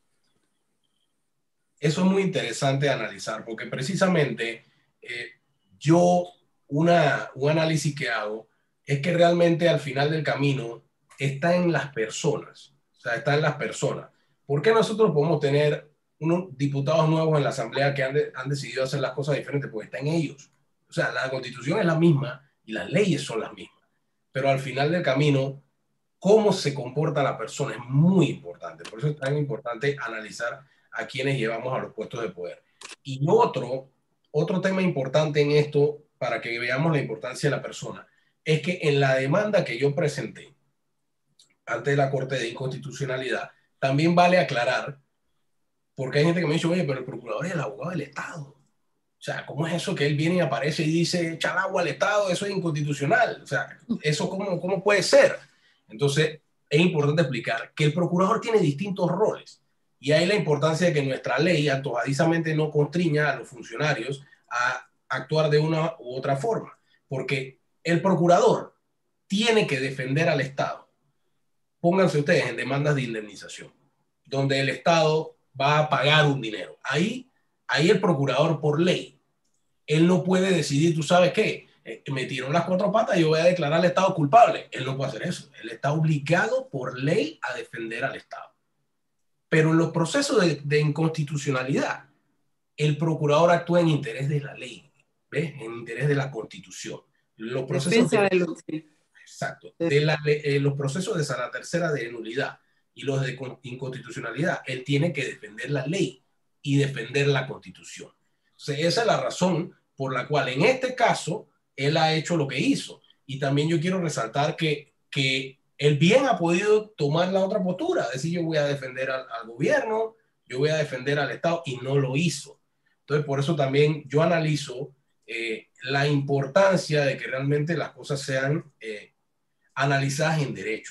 Eso es muy interesante analizar, porque precisamente eh, yo, una, un análisis que hago es que realmente al final del camino está en las personas, o sea, está en las personas. ¿Por qué nosotros podemos tener unos diputados nuevos en la Asamblea que han, de, han decidido hacer las cosas diferentes? Porque está en ellos. O sea, la Constitución es la misma y las leyes son las mismas. Pero al final del camino, cómo se comporta la persona es muy importante. Por eso es tan importante analizar a quienes llevamos a los puestos de poder. Y otro, otro tema importante en esto, para que veamos la importancia de la persona, es que en la demanda que yo presenté ante la Corte de Inconstitucionalidad, también vale aclarar, porque hay gente que me dice, oye, pero el procurador es el abogado del Estado. O sea, ¿cómo es eso que él viene y aparece y dice, echar agua al Estado, eso es inconstitucional? O sea, ¿eso cómo, cómo puede ser? Entonces, es importante explicar que el procurador tiene distintos roles. Y hay la importancia de que nuestra ley antojadizamente no constriña a los funcionarios a actuar de una u otra forma. Porque el procurador tiene que defender al Estado. Pónganse ustedes en demandas de indemnización, donde el Estado va a pagar un dinero. Ahí, ahí el procurador, por ley, él no puede decidir, ¿tú sabes qué? Eh, me tiró las cuatro patas y yo voy a declarar al Estado culpable. Él no puede hacer eso. Él está obligado por ley a defender al Estado. Pero en los procesos de, de inconstitucionalidad, el procurador actúa en interés de la ley, ¿ves? En interés de la Constitución. Los procesos de, de los, exacto, de la, eh, los procesos de sala tercera de nulidad y los de inconstitucionalidad, él tiene que defender la ley y defender la Constitución. O sea, esa es la razón por la cual en este caso él ha hecho lo que hizo. Y también yo quiero resaltar que, que él bien ha podido tomar la otra postura, decir yo voy a defender al, al gobierno, yo voy a defender al Estado, y no lo hizo. Entonces, por eso también yo analizo eh, la importancia de que realmente las cosas sean eh, analizadas en derecho.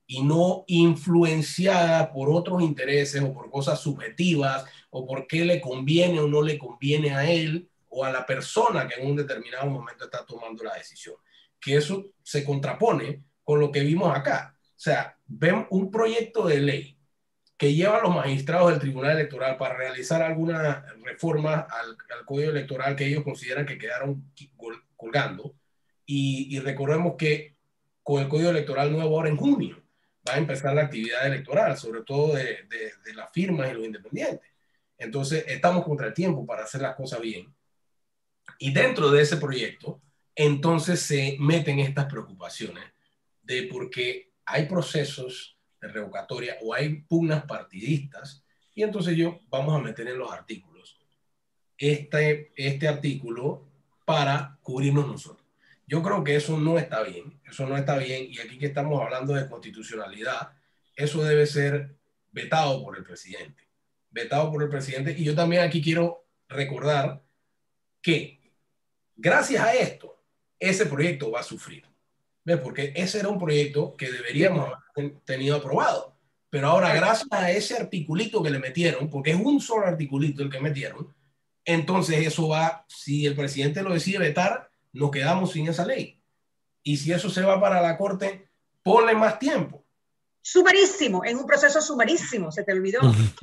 y no influenciada por otros intereses o por cosas subjetivas o por qué le conviene o no le conviene a él o a la persona que en un determinado momento está tomando la decisión. Que eso se contrapone con lo que vimos acá. O sea, ven un proyecto de ley que lleva a los magistrados del Tribunal Electoral para realizar alguna reforma al, al Código Electoral que ellos consideran que quedaron colgando. Y, y recordemos que con el Código Electoral nuevo ahora en junio va a empezar la actividad electoral, sobre todo de, de, de las firmas y los independientes. Entonces, estamos contra el tiempo para hacer las cosas bien. Y dentro de ese proyecto, entonces se meten estas preocupaciones de por qué hay procesos de revocatoria o hay pugnas partidistas, y entonces yo vamos a meter en los artículos este, este artículo para cubrirnos nosotros. Yo creo que eso no está bien, eso no está bien, y aquí que estamos hablando de constitucionalidad, eso debe ser vetado por el presidente, vetado por el presidente, y yo también aquí quiero recordar que gracias a esto, ese proyecto va a sufrir. ¿Ves? Porque ese era un proyecto que deberíamos haber tenido aprobado. Pero ahora, gracias a ese articulito que le metieron, porque es un solo articulito el que metieron, entonces eso va, si el presidente lo decide vetar, nos quedamos sin esa ley. Y si eso se va para la corte, ponle más tiempo. Sumarísimo, en un proceso sumarísimo, se te olvidó.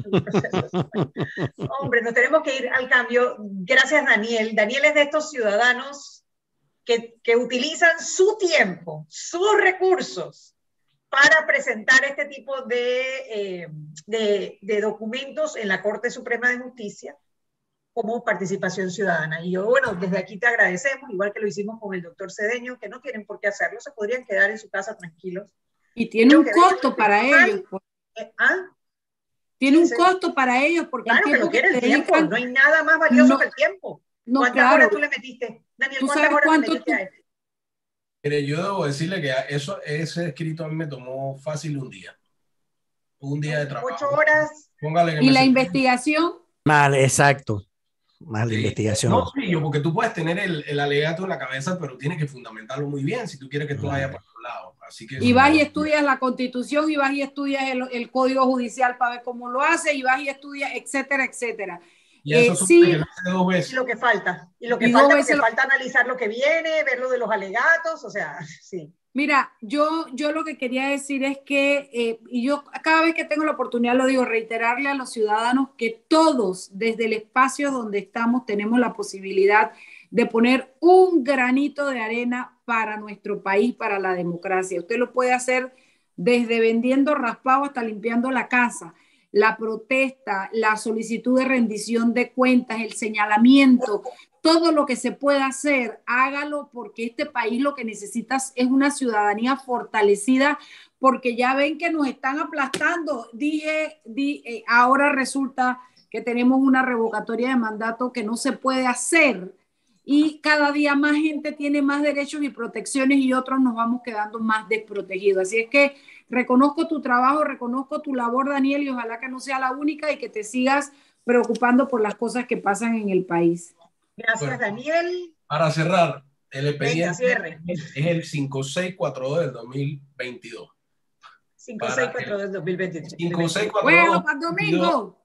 Hombre, nos tenemos que ir al cambio. Gracias, Daniel. Daniel es de estos ciudadanos que, que utilizan su tiempo, sus recursos para presentar este tipo de, eh, de, de documentos en la Corte Suprema de Justicia como participación ciudadana. Y yo, bueno, desde aquí te agradecemos, igual que lo hicimos con el doctor Cedeño, que no tienen por qué hacerlo, se podrían quedar en su casa tranquilos. Y tiene Creo un costo para ellos. Pues. Eh, ¿ah? Tiene sí, un sí. costo para ellos porque claro el tiempo que lo quiere el tiempo, dedican, no hay nada más valioso no, que el tiempo. No, ¿Cuántas claro. horas tú le metiste? Daniel, ¿cuántas horas le metiste tú? a este? Mire, yo debo decirle que eso, ese escrito a mí me tomó fácil un día. Un día de trabajo. Ocho horas. Póngale que ¿Y me la sentí. investigación? Mal, exacto. Mal Sí. investigación. No, sí, yo, porque tú puedes tener el, el alegato en la cabeza, pero tienes que fundamentarlo muy bien si tú quieres que esto vaya para otro lado. Así que y vas y estudias la Constitución, y vas y estudias el, el Código Judicial para ver cómo lo hace, y vas y estudias, etcétera, etcétera. Y eso eh, sí, que lo hace dos veces. Y lo que falta. Y lo que y falta, porque lo... falta analizar lo que viene, ver lo de los alegatos, o sea, sí. Mira, yo, yo lo que quería decir es que, eh, y yo cada vez que tengo la oportunidad lo digo, reiterarle a los ciudadanos que todos, desde el espacio donde estamos, tenemos la posibilidad de poner un granito de arena para nuestro país, para la democracia. Usted lo puede hacer desde vendiendo raspado hasta limpiando la casa. La protesta, la solicitud de rendición de cuentas, el señalamiento, todo lo que se pueda hacer, hágalo, porque este país lo que necesita es una ciudadanía fortalecida, porque ya ven que nos están aplastando. Dije, di, eh, ahora resulta que tenemos una revocatoria de mandato que no se puede hacer, y cada día más gente tiene más derechos y protecciones y otros nos vamos quedando más desprotegidos. Así es que reconozco tu trabajo, reconozco tu labor, Daniel, y ojalá que no sea la única y que te sigas preocupando por las cosas que pasan en el país. Gracias, bueno, Daniel. Para cerrar, el expediente Venga, es el cinco seis cuatro dos del dos mil veintidós. cinco seis cuatro dos del dos mil veintidós. cinco seis cuatro dos. Bueno, para domingo.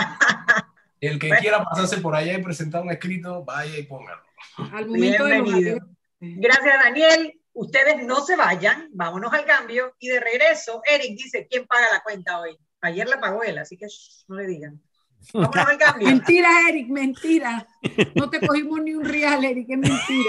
El que bueno. quiera pasarse por allá y presentar un escrito, vaya y póngalo. Al momento Bienvenido. De los... Gracias, Daniel. Ustedes no se vayan, vámonos al cambio. Y de regreso, Eric dice, ¿quién paga la cuenta hoy? Ayer la pagó él, así que shh, no le digan. Vámonos al cambio. Mentira, Eric, mentira. No te cogimos ni un real, Eric, es mentira.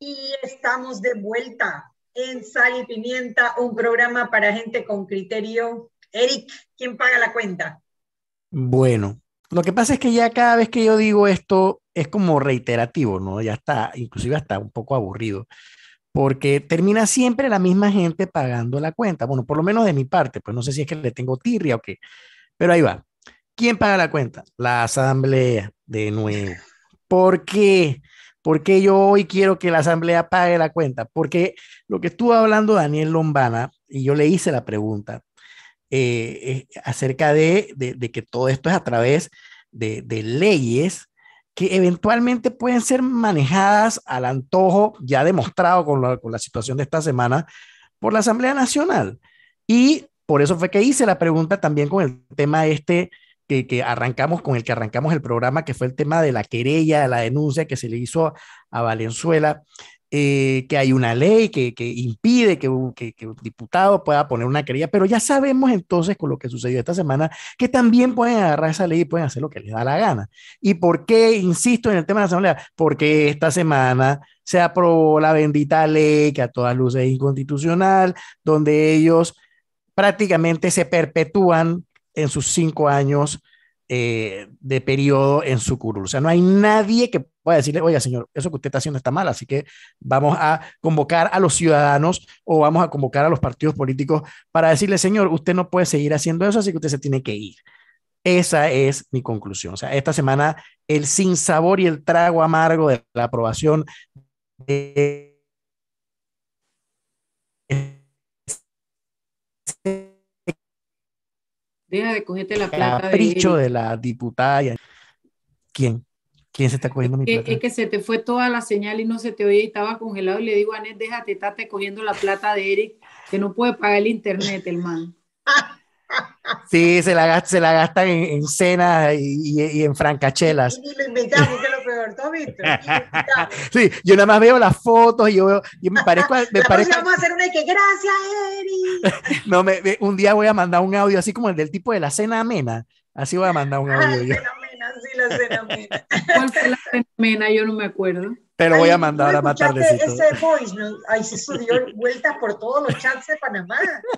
Y estamos de vuelta en Sal y Pimienta, un programa para gente con criterio. Eric, ¿quién paga la cuenta? Bueno, lo que pasa es que ya cada vez que yo digo esto es como reiterativo, ¿no? Ya está, inclusive hasta un poco aburrido, porque termina siempre la misma gente pagando la cuenta. Bueno, por lo menos de mi parte, pues no sé si es que le tengo tirria o qué, pero ahí va. ¿Quién paga la cuenta? La asamblea, de nuevo. ¿Por qué? ¿Por qué yo hoy quiero que la asamblea pague la cuenta? Porque lo que estuvo hablando Daniel Lombana, y yo le hice la pregunta, eh, eh, acerca de, de, de, que todo esto es a través de, de leyes que eventualmente pueden ser manejadas al antojo, ya demostrado con la, con la situación de esta semana, por la Asamblea Nacional. Y por eso fue que hice la pregunta también con el tema este que, que arrancamos, con el que arrancamos el programa, que fue el tema de la querella, de la denuncia que se le hizo a Valenzuela. Eh, que hay una ley que, que impide que un, que, que un diputado pueda poner una querella, pero ya sabemos entonces con lo que sucedió esta semana que también pueden agarrar esa ley y pueden hacer lo que les da la gana. ¿Y por qué insisto en el tema de la Asamblea? Porque esta semana se aprobó la bendita ley que a todas luces es inconstitucional, donde ellos prácticamente se perpetúan en sus cinco años eh, de periodo en su curul. O sea, no hay nadie que pueda decirle, oiga, señor, eso que usted está haciendo está mal, así que vamos a convocar a los ciudadanos o vamos a convocar a los partidos políticos para decirle, señor, usted no puede seguir haciendo eso, así que usted se tiene que ir. Esa es mi conclusión. O sea, esta semana el sinsabor y el trago amargo de la aprobación de Deja de cogerte la plata capricho de de la diputada. ¿Quién? ¿Quién se está cogiendo mi que, plata? es que se te fue toda la señal y no se te oye y estaba congelado y le digo a Anet, déjate, estate cogiendo la plata de Eric, que no puede pagar el internet, el man. Sí, se la, gasta, se la gastan en, en cenas y, y, y en francachelas. Y, y ni lo invitamos, que es lo peor, ¿tú has visto? Sí, yo nada más veo las fotos y yo, veo, yo me parezco... Me la parezco vamos a hacer una que gracias, Eric. No, me, me, un día voy a mandar un audio así como el del tipo de la cena amena. Así voy a mandar un audio. Ah, yo. cena amena, sí, la cena amena. ¿Cuál fue la cena amena? Yo no me acuerdo. Te lo Ay, voy a mandar ¿no ahora más escuchaste tardecito. ese voice? ¿No? Ay, se dio vueltas por todos los chats de Panamá.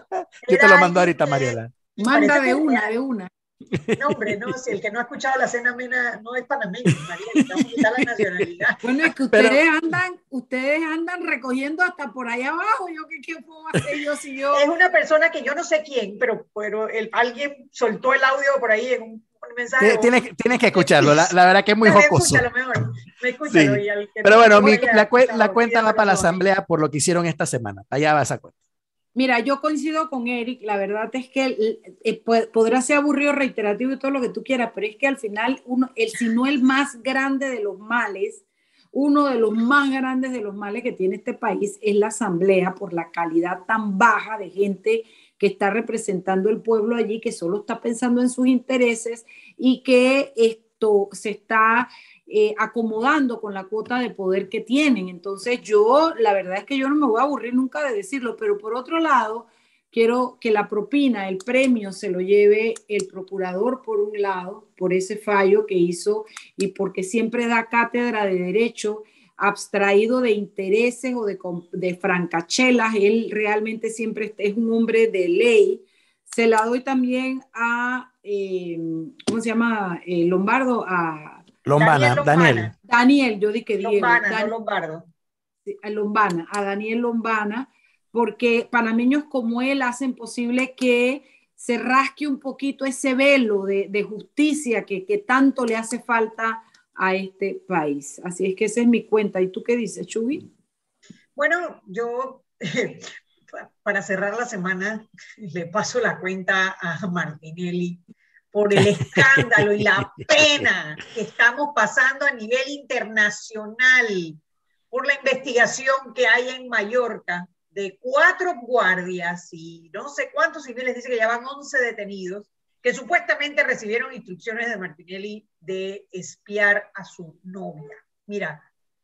Yo Era te lo mando ahorita, que, Mariela. Manda de una, de una. No, hombre, no, si el que no ha escuchado la cena amena no es panameño, María, le vamos a quitar la nacionalidad. Bueno, es que ustedes Pero, andan, ustedes andan recogiendo hasta por allá abajo. Yo qué, qué puedo hacer yo si yo. Es una persona que yo no sé quién, pero, pero el, alguien soltó el audio por ahí en un, un mensaje. Tienes, tienes que escucharlo, la, la verdad que es muy jocoso. Escúchalo mejor, escúchalo. Sí. Y al que Pero no bueno, mi, haya, la, cue, la no, cuenta va para la no, asamblea por lo que hicieron esta semana. Allá va esa cuenta. Mira, yo coincido con Eric, la verdad es que el, el, el, podrá ser aburrido, reiterativo y todo lo que tú quieras, pero es que al final, uno, el, si no el más grande de los males, uno de los más grandes de los males que tiene este país es la asamblea por la calidad tan baja de gente que está representando el pueblo allí, que solo está pensando en sus intereses y que esto se está... Eh, acomodando con la cuota de poder que tienen. Entonces yo, la verdad es que yo no me voy a aburrir nunca de decirlo, pero por otro lado, quiero que la propina, el premio, se lo lleve el procurador por un lado, por ese fallo que hizo y porque siempre da cátedra de derecho abstraído de intereses o de, de francachelas. Él realmente siempre es un hombre de ley. Se la doy también a, eh, ¿cómo se llama? Eh, Lombardo, a Lombana, Daniel. Daniel. Daniel, yo dije que Diego. Lombana, Dan, no Lombardo. A Lombana, a Daniel Lombana, porque panameños como él hacen posible que se rasque un poquito ese velo de, de justicia que, que tanto le hace falta a este país. Así es que esa es mi cuenta. ¿Y tú qué dices, Chubi? Bueno, yo, eh, para cerrar la semana, le paso la cuenta a Martinelli por el escándalo y la pena que estamos pasando a nivel internacional por la investigación que hay en Mallorca de cuatro guardias y no sé cuántos civiles, dice que ya van once detenidos, que supuestamente recibieron instrucciones de Martinelli de espiar a su novia. Mira,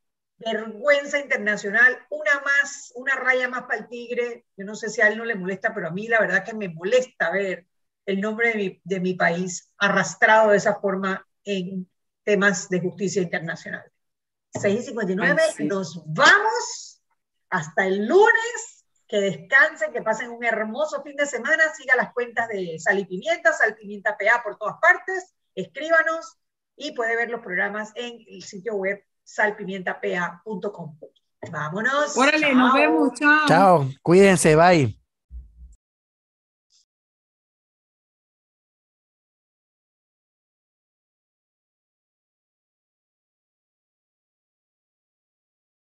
vergüenza internacional, una más, una raya más para el tigre. Yo no sé si a él no le molesta, pero a mí la verdad que me molesta ver el nombre de mi, de mi país arrastrado de esa forma en temas de justicia internacional. seis y cincuenta y nueve, sí. Nos vamos hasta el lunes. Que descansen, que pasen un hermoso fin de semana. Siga las cuentas de Sal y Pimienta, Sal Pimienta P A por todas partes. Escríbanos y puede ver los programas en el sitio web sal pimienta p a punto com. Vámonos. Órale, nos vemos. Chao. Chao. Cuídense. Bye.